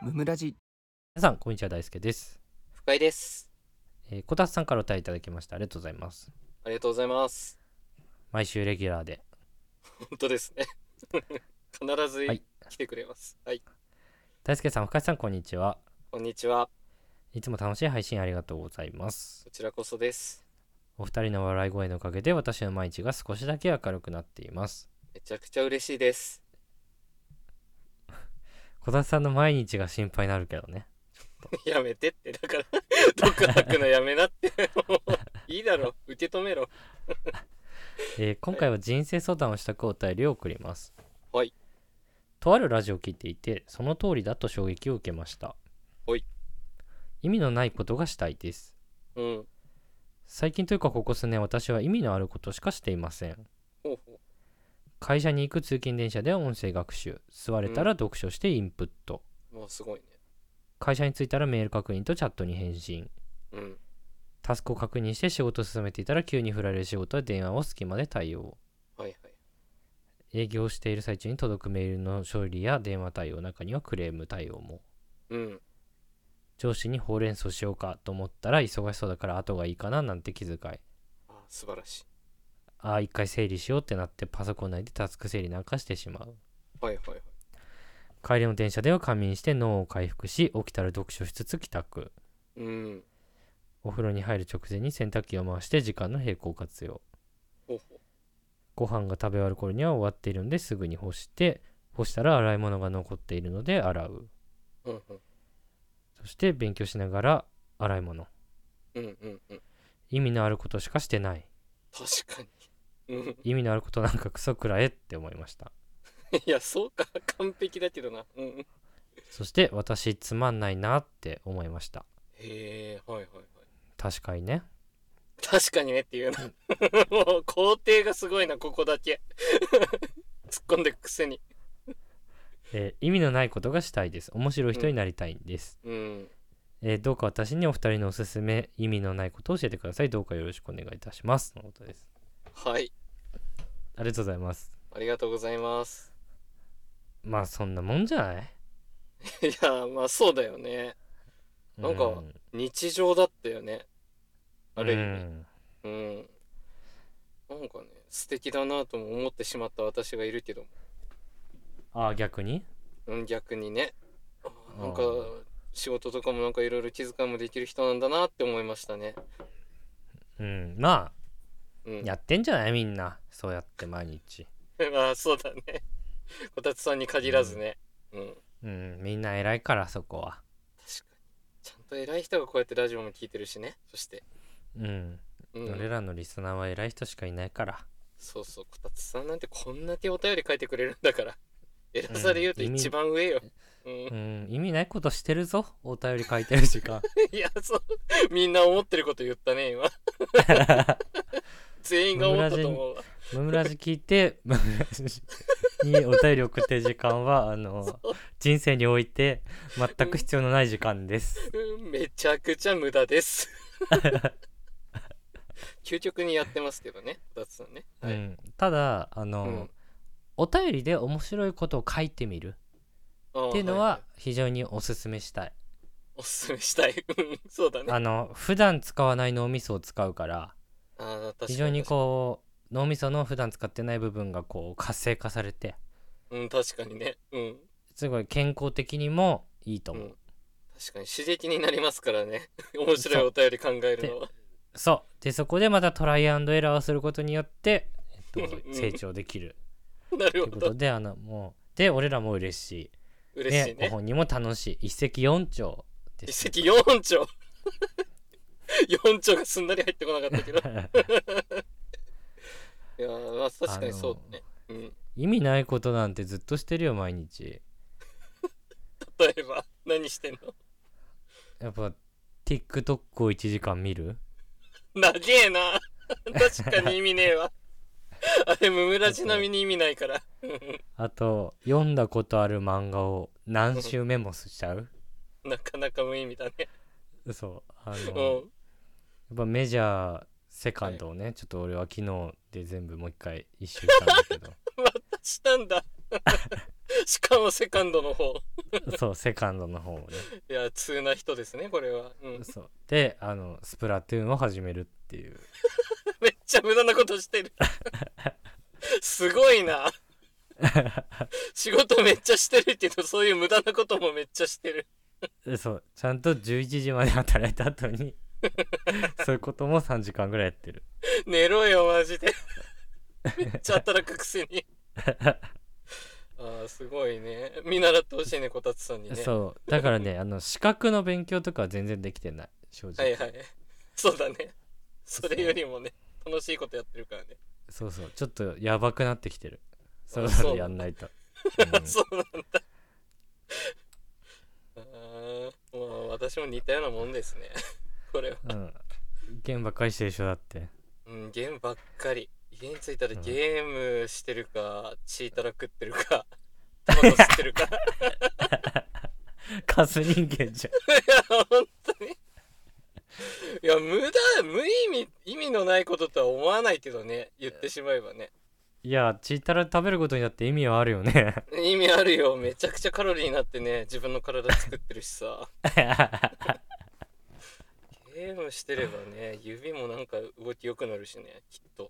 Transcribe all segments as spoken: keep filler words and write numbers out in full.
ムムラジ。 皆さんこんにちは、大輔です。 深井です。 えー、こたつさんからお便りいただきました。ありがとうございます。 ありがとうございます。 毎週レギュラーで本当ですね必ずはい来てくれます。はい、 大輔さん、深井さん、こんにちは。 こんにちは。 いつも楽しい配信ありがとうございます。 こちらこそです。 お二人の笑い声のおかげで私の毎日が少しだけ明るくなっています。 めちゃくちゃ嬉しいです。 こたつさんの毎日が心配になるけどね。 やめてって、だから毒吐くのやめなっていいだろ、受け止めろえー今回は人生相談をしたくお便りを送ります。 はい。 とあるラジオを聞いていて、その通りだと衝撃を受けました。 はい意味のないことがしたいです。 うん。 最近というかここ数年、私は意味のあることしかしていません。 ほうほ会社に行く通勤電車では音声学習、座れたら読書してインプット、 う。もうすごいね。 会社に着いたらメール確認とチャットに返信、 うんタスクを確認して仕事を進めていたら急に振られる仕事は電話を隙間で対応、 はいはい。 営業している最中に届くメールの処理や電話対応、中にはクレーム対応も。 うん上司にほうれん草しようかと思ったら忙しそうだから後がいいかななんて気遣い、 あ、素晴らしい。 ああ一回整理しようってなってパソコン内でタスク整理なんかしてしまう。 はいはいはい。 帰りの電車では仮眠して脳を回復し、起きたら読書しつつ帰宅、 うんお風呂に入る直前に洗濯機を回して時間の並行活用、 ほうほご飯が食べ終わる頃には終わっているのですぐに干して、干したら洗い物が残っているので洗う、 う。うんうんそして勉強しながら洗い物、 うんうんうん。 意味のあることしかしてない。 確かに。うん意味のあることなんかクソくらえって思いました。 いや、そうか、完璧だけどな。うん。 そして私つまんないなって思いました。 へえ、はいはいはい。 確かにね。 確かにねっていうなもう肯定がすごいな、ここだけ突っ込んでくくせに。 えー意味のないことがしたいです。面白い人になりたいんです、 うんえーどうか私にお二人のおすすめ意味のないことを教えてください。どうかよろしくお願いいたしますのことです。 はい、 ありがとうございます。 ありがとうございます。 まあそんなもんじゃない？ いや、まあそうだよね。なんかうん日常だったよね、ある意味。 うんうんなんかね、素敵だなとも思ってしまった私がいるけども、 ああ逆にうん逆にね、あなんかあー仕事とかもなんかいろいろ気遣いもできる人なんだなって思いましたね。 うんまうんあやってんじゃないみんなそうやって毎日。 まあそうだねこたつさんに限らずね。うん、確かうんみんな偉いからそこは。 にちゃんと偉い人がこうやってラジオも聞いてるしね。そしてうん、 うん俺らのリスナーは偉い人しかいないから。 そうそう、こたつさんなんてこんだけお便り書いてくれるんだから偉さで言うとうん意味一番上よ。うん、 うん意味ないことしてるぞお便り書いてる時間いやそうみんな思ってること言ったね今全員が思ったと思うわ。 ムムラジ聞いてムムラジにお便り送ってる時間はあの人生において全く必要のない時間です、 うんめちゃくちゃ無駄です究極にやってますけどね、こたつさんね。はい、 うん、ただあの、 うんお便りで面白いことを書いてみるっていうのあーいは非常におすすめしたい。 おすすめしたいうんそうだね。 あの普段使わない脳みそを使うからあー確かに非常にこう脳みその普段使ってない部分がこう活性化されてうん確かにね。うんすごい健康的にもいいと思う、 うん確かに刺激になりますからね面白いお便り考えるのは。 そうでそこでまたトライアンドエラーをすることによって、えっとう、ん成長できるなるほどということ。であのもうで俺らも嬉しい嬉しいね。 ご本人も楽しい一石四鳥です一石四鳥四鳥がすんなり入ってこなかったけどいやーまあ確かにそうだね。うん意味ないことなんてずっとしてるよ毎日。 例えば何してんの？ やっぱ TikTok をいちじかん見る。 長えな確かに意味ねえわあれムムラジ並みに意味ないからあと読んだことある漫画を何周メモしちゃうなかなか無意味だね。 そうあの、 うんやっぱメジャーセカンドをね、はい、ちょっと俺は昨日で全部もう一回一周したんだけどまたしたんだしかもセカンドの方。 そうセカンドの方をね。 いや通な人ですねこれは、うん、 そうであのスプラトゥーンを始めるっていう。 めっちゃ無駄なことしてる。すごいな。仕事めっちゃしてるけどそういう無駄なこともめっちゃしてる。 でそうちゃんとじゅういちじまで働いた後にそういうこともさんじかんぐらいやってる。 寝ろよマジで。めっちゃ働くくせに。あーすごいね。見習ってほしいねこたつさんにね。 そうだからねあの資格の勉強とかは全然できてない正直。 はいはいそうだね。それよりもね楽しいことやってるからね。 そうそうちょっとやばくなってきてる。そろそろやんないと。うん、 そうなんだ。あーまあ私も似たようなもんですね。これは。 うん。ゲームばっかりしてるでしょだって。 うん、ゲームばっかり。家に着いたらゲームしてるか、チータラ食ってるか、タバコ吸ってるか。いカス人間じゃん。 や、本当に。いや、無駄、無意味、意味のないこととは思わないけどね、言ってしまえばね。 いやチータラ食べることによって意味はあるよね。 意味あるよ。めちゃくちゃカロリーになってね、自分の体作ってるしさ。ゲームしてればね、指もなんか動き良くなるしね、きっと。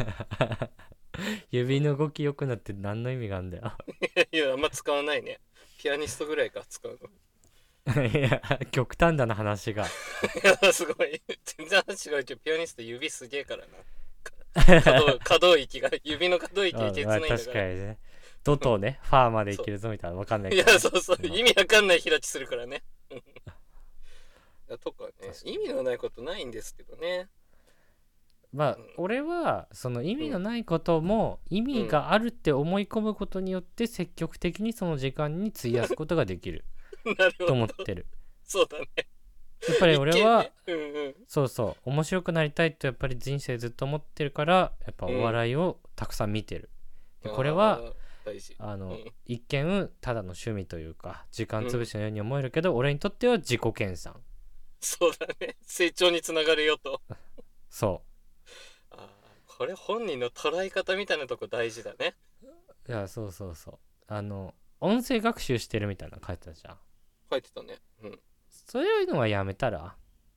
指の動き良くなって何の意味があるんだよ。 いや、あんま使わないね。ピアニストぐらいか、使うの。 いや極端だな話が。 いや、すごい。全然話違うけど、ピアニスト指すげえからな。可動可動域が、指の可動域がうんまあえげつないんだから。 確かにね。ドとねファーまでいけるぞみたいなわかんないいや、 けどね、 そうそう、 まあ意味わかんない開きするからね。いやとかね確か、に意味のないことないんですけどね。 まあ、 うん俺はその意味のないことも意味があるって思い込むことによって積極的にその時間に費やすことができるなるほと思っど。 てる。 そうだね。 やっぱり俺は、 一見ね、うんうん。 そうそう面白くなりたいとやっぱり人生ずっと思ってるからやっぱお笑いをたくさん見てる。でこれはあー大事。 あの、 うん一見ただの趣味というか時間潰しのように思えるけど、俺にとっては自己研鑽。 そうだね。成長につながるよと。 そあーこれ本人の捉え方みたいなとこ大事だね。 ういやそうそうそうあの音声学習してるみたいなの書いてたじゃん。 書いてたね。うん。 そういうのはやめたら。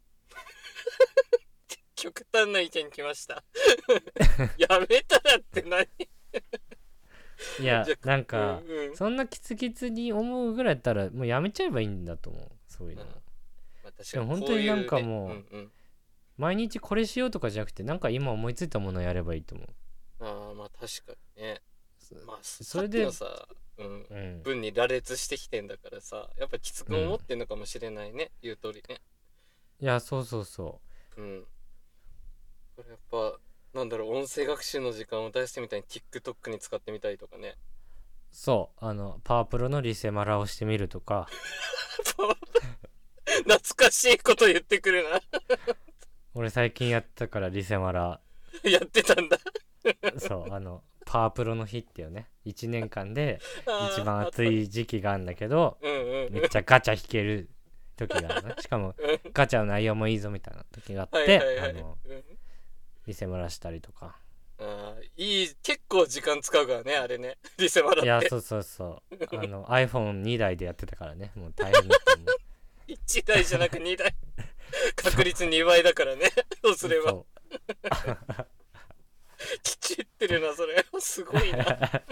極端な意見来ました。やめたらって何？ いやじゃなんか、 うんうんそんなキツキツに思うぐらいだったらもうやめちゃえばいいんだと思うそういうの。 うんまあ、確でもかに本当になんかこういうねもううんうん毎日これしようとかじゃなくてなんか今思いついたものをやればいいと思う。 ああまあ確かにね。まあそれでさっきのさ、うんうん、 文に羅列してきてんだからさやっぱきつく思ってんのかもしれないね、言う通りね。 いやそうそうそうんこれやっぱなんだろう音声学習の時間を出してみたいに TikTok に使ってみたいとかね。 うそうあのパワープロのリセマラをしてみるとか。 懐かしいこと言ってくるな。 俺最近やったからリセマラ。 やってたんだ。 そうあのパワープロの日っていうねいちねんかんであー一番暑い時期があるんだけどうんうんうんめっちゃガチャ引ける時があるね。しかもうんガチャの内容もいいぞみたいな時があって、 はいはいはいあのうんリセマラしたりとか。 あーいい結構時間使うからねあれねリセマラって。 いやそうそうそうあの アイフォンに 台でやってたからねもう大変だったもん。 いちだいじゃなくにだい確率にばいだからねそうすればそきちってるなそれすごいな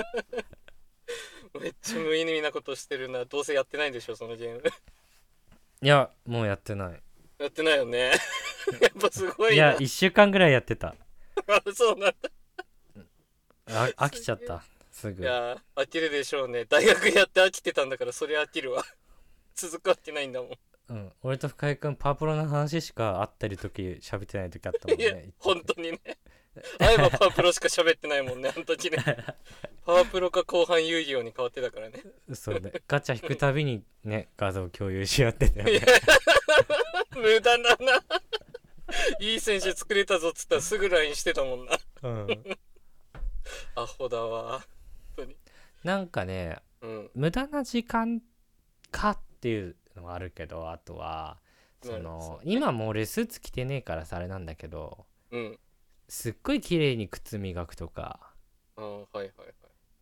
めっちゃ無意味なことしてるな。どうせやってないんでしょそのゲーム。 いやもうやってない。 やってないよねやっぱすごいな。 いやいっしゅうかんぐらいやってた。 あそうなんだ。 あ飽きちゃったすぐ。 いや飽きるでしょうね。大学やって飽きてたんだからそりゃ飽きるわ続くわけないんだもん。 うん、俺と深井君パワープロの話しか会ってる時喋ってない時あったもんいやね。 本当にね会えばパワープロしか喋ってないもんねあの時ねパワープロか後半遊戯王に変わってたからね。 そうねガチャ引くたびにね画像共有し合ってたよね。 無駄だないい選手作れたぞっつったらすぐ ライン してたもんなうんアホだわ本当に。 なんかねうん無駄な時間かっていうのはあるけどあとはそなるほのど今もう俺スーツ着てねえからさあれなんだけどうんすっごい綺麗に靴磨くとかあーはいはいはい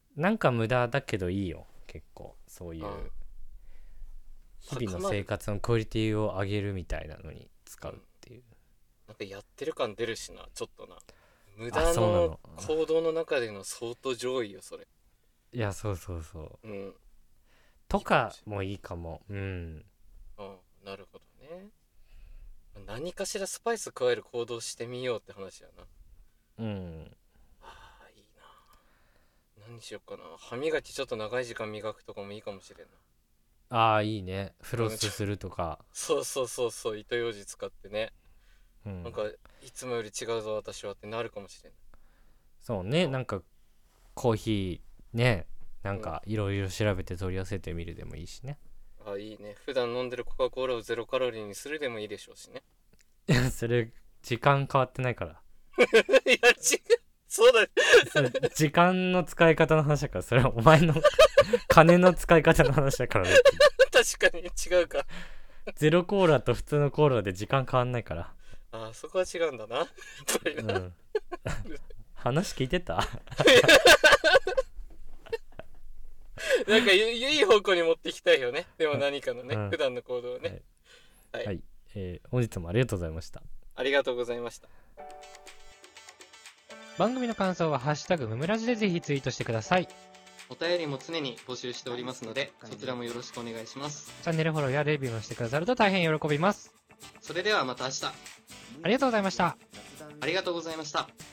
なんか無駄だけどいいよ結構そういううん日々の生活のクオリティを上げるみたいなのに使うっていう。 なんかやってる感出るしな、ちょっとな。無あ駄のそうなの。 行動の中での相当上位よ、それ。 いやそうそうそううん。 とかもいいかも。うん。 うん、なるほどね。何かしらスパイス加える行動してみようって話やな。 うんああ、いいな。何しようかな。歯磨きちょっと長い時間磨くとかもいいかもしれんな。 ああいいねフロスするとか。 そうそうそうそう、糸ようじ使ってね。 うんなんか、いつもより違うぞ、私はってなるかもしれん。 そうねなんかコーヒーねなんかいろいろ調べて取り寄せてみるでもいいしね。 あ、いいね。普段飲んでるコカ・コーラをゼロカロリーにするでもいいでしょうしね。 いやそれ時間変わってないからいや、違う。そうだね。 それ時間の使い方の話だからそれはお前の金の使い方の話だから別確かに違うか。 にゼロコーラと普通のコーラで時間変わんないからあ、そこは違うんだな。やっぱりな。 うん話聞いてたなんかいい方向に持っていきたいよね。でも何かのね、 うん普段の行動をね。はい。 はい、えー本日もありがとうございました。 ありがとうございました。 番組の感想はハッシュタグムムラジでぜひツイートしてください。 お便りも常に募集しておりますので、そちらもよろしくお願いします。 チャンネルフォローやレビューもしてくださると大変喜びます。 それではまた明日。 ありがとうございました。 ありがとうございました。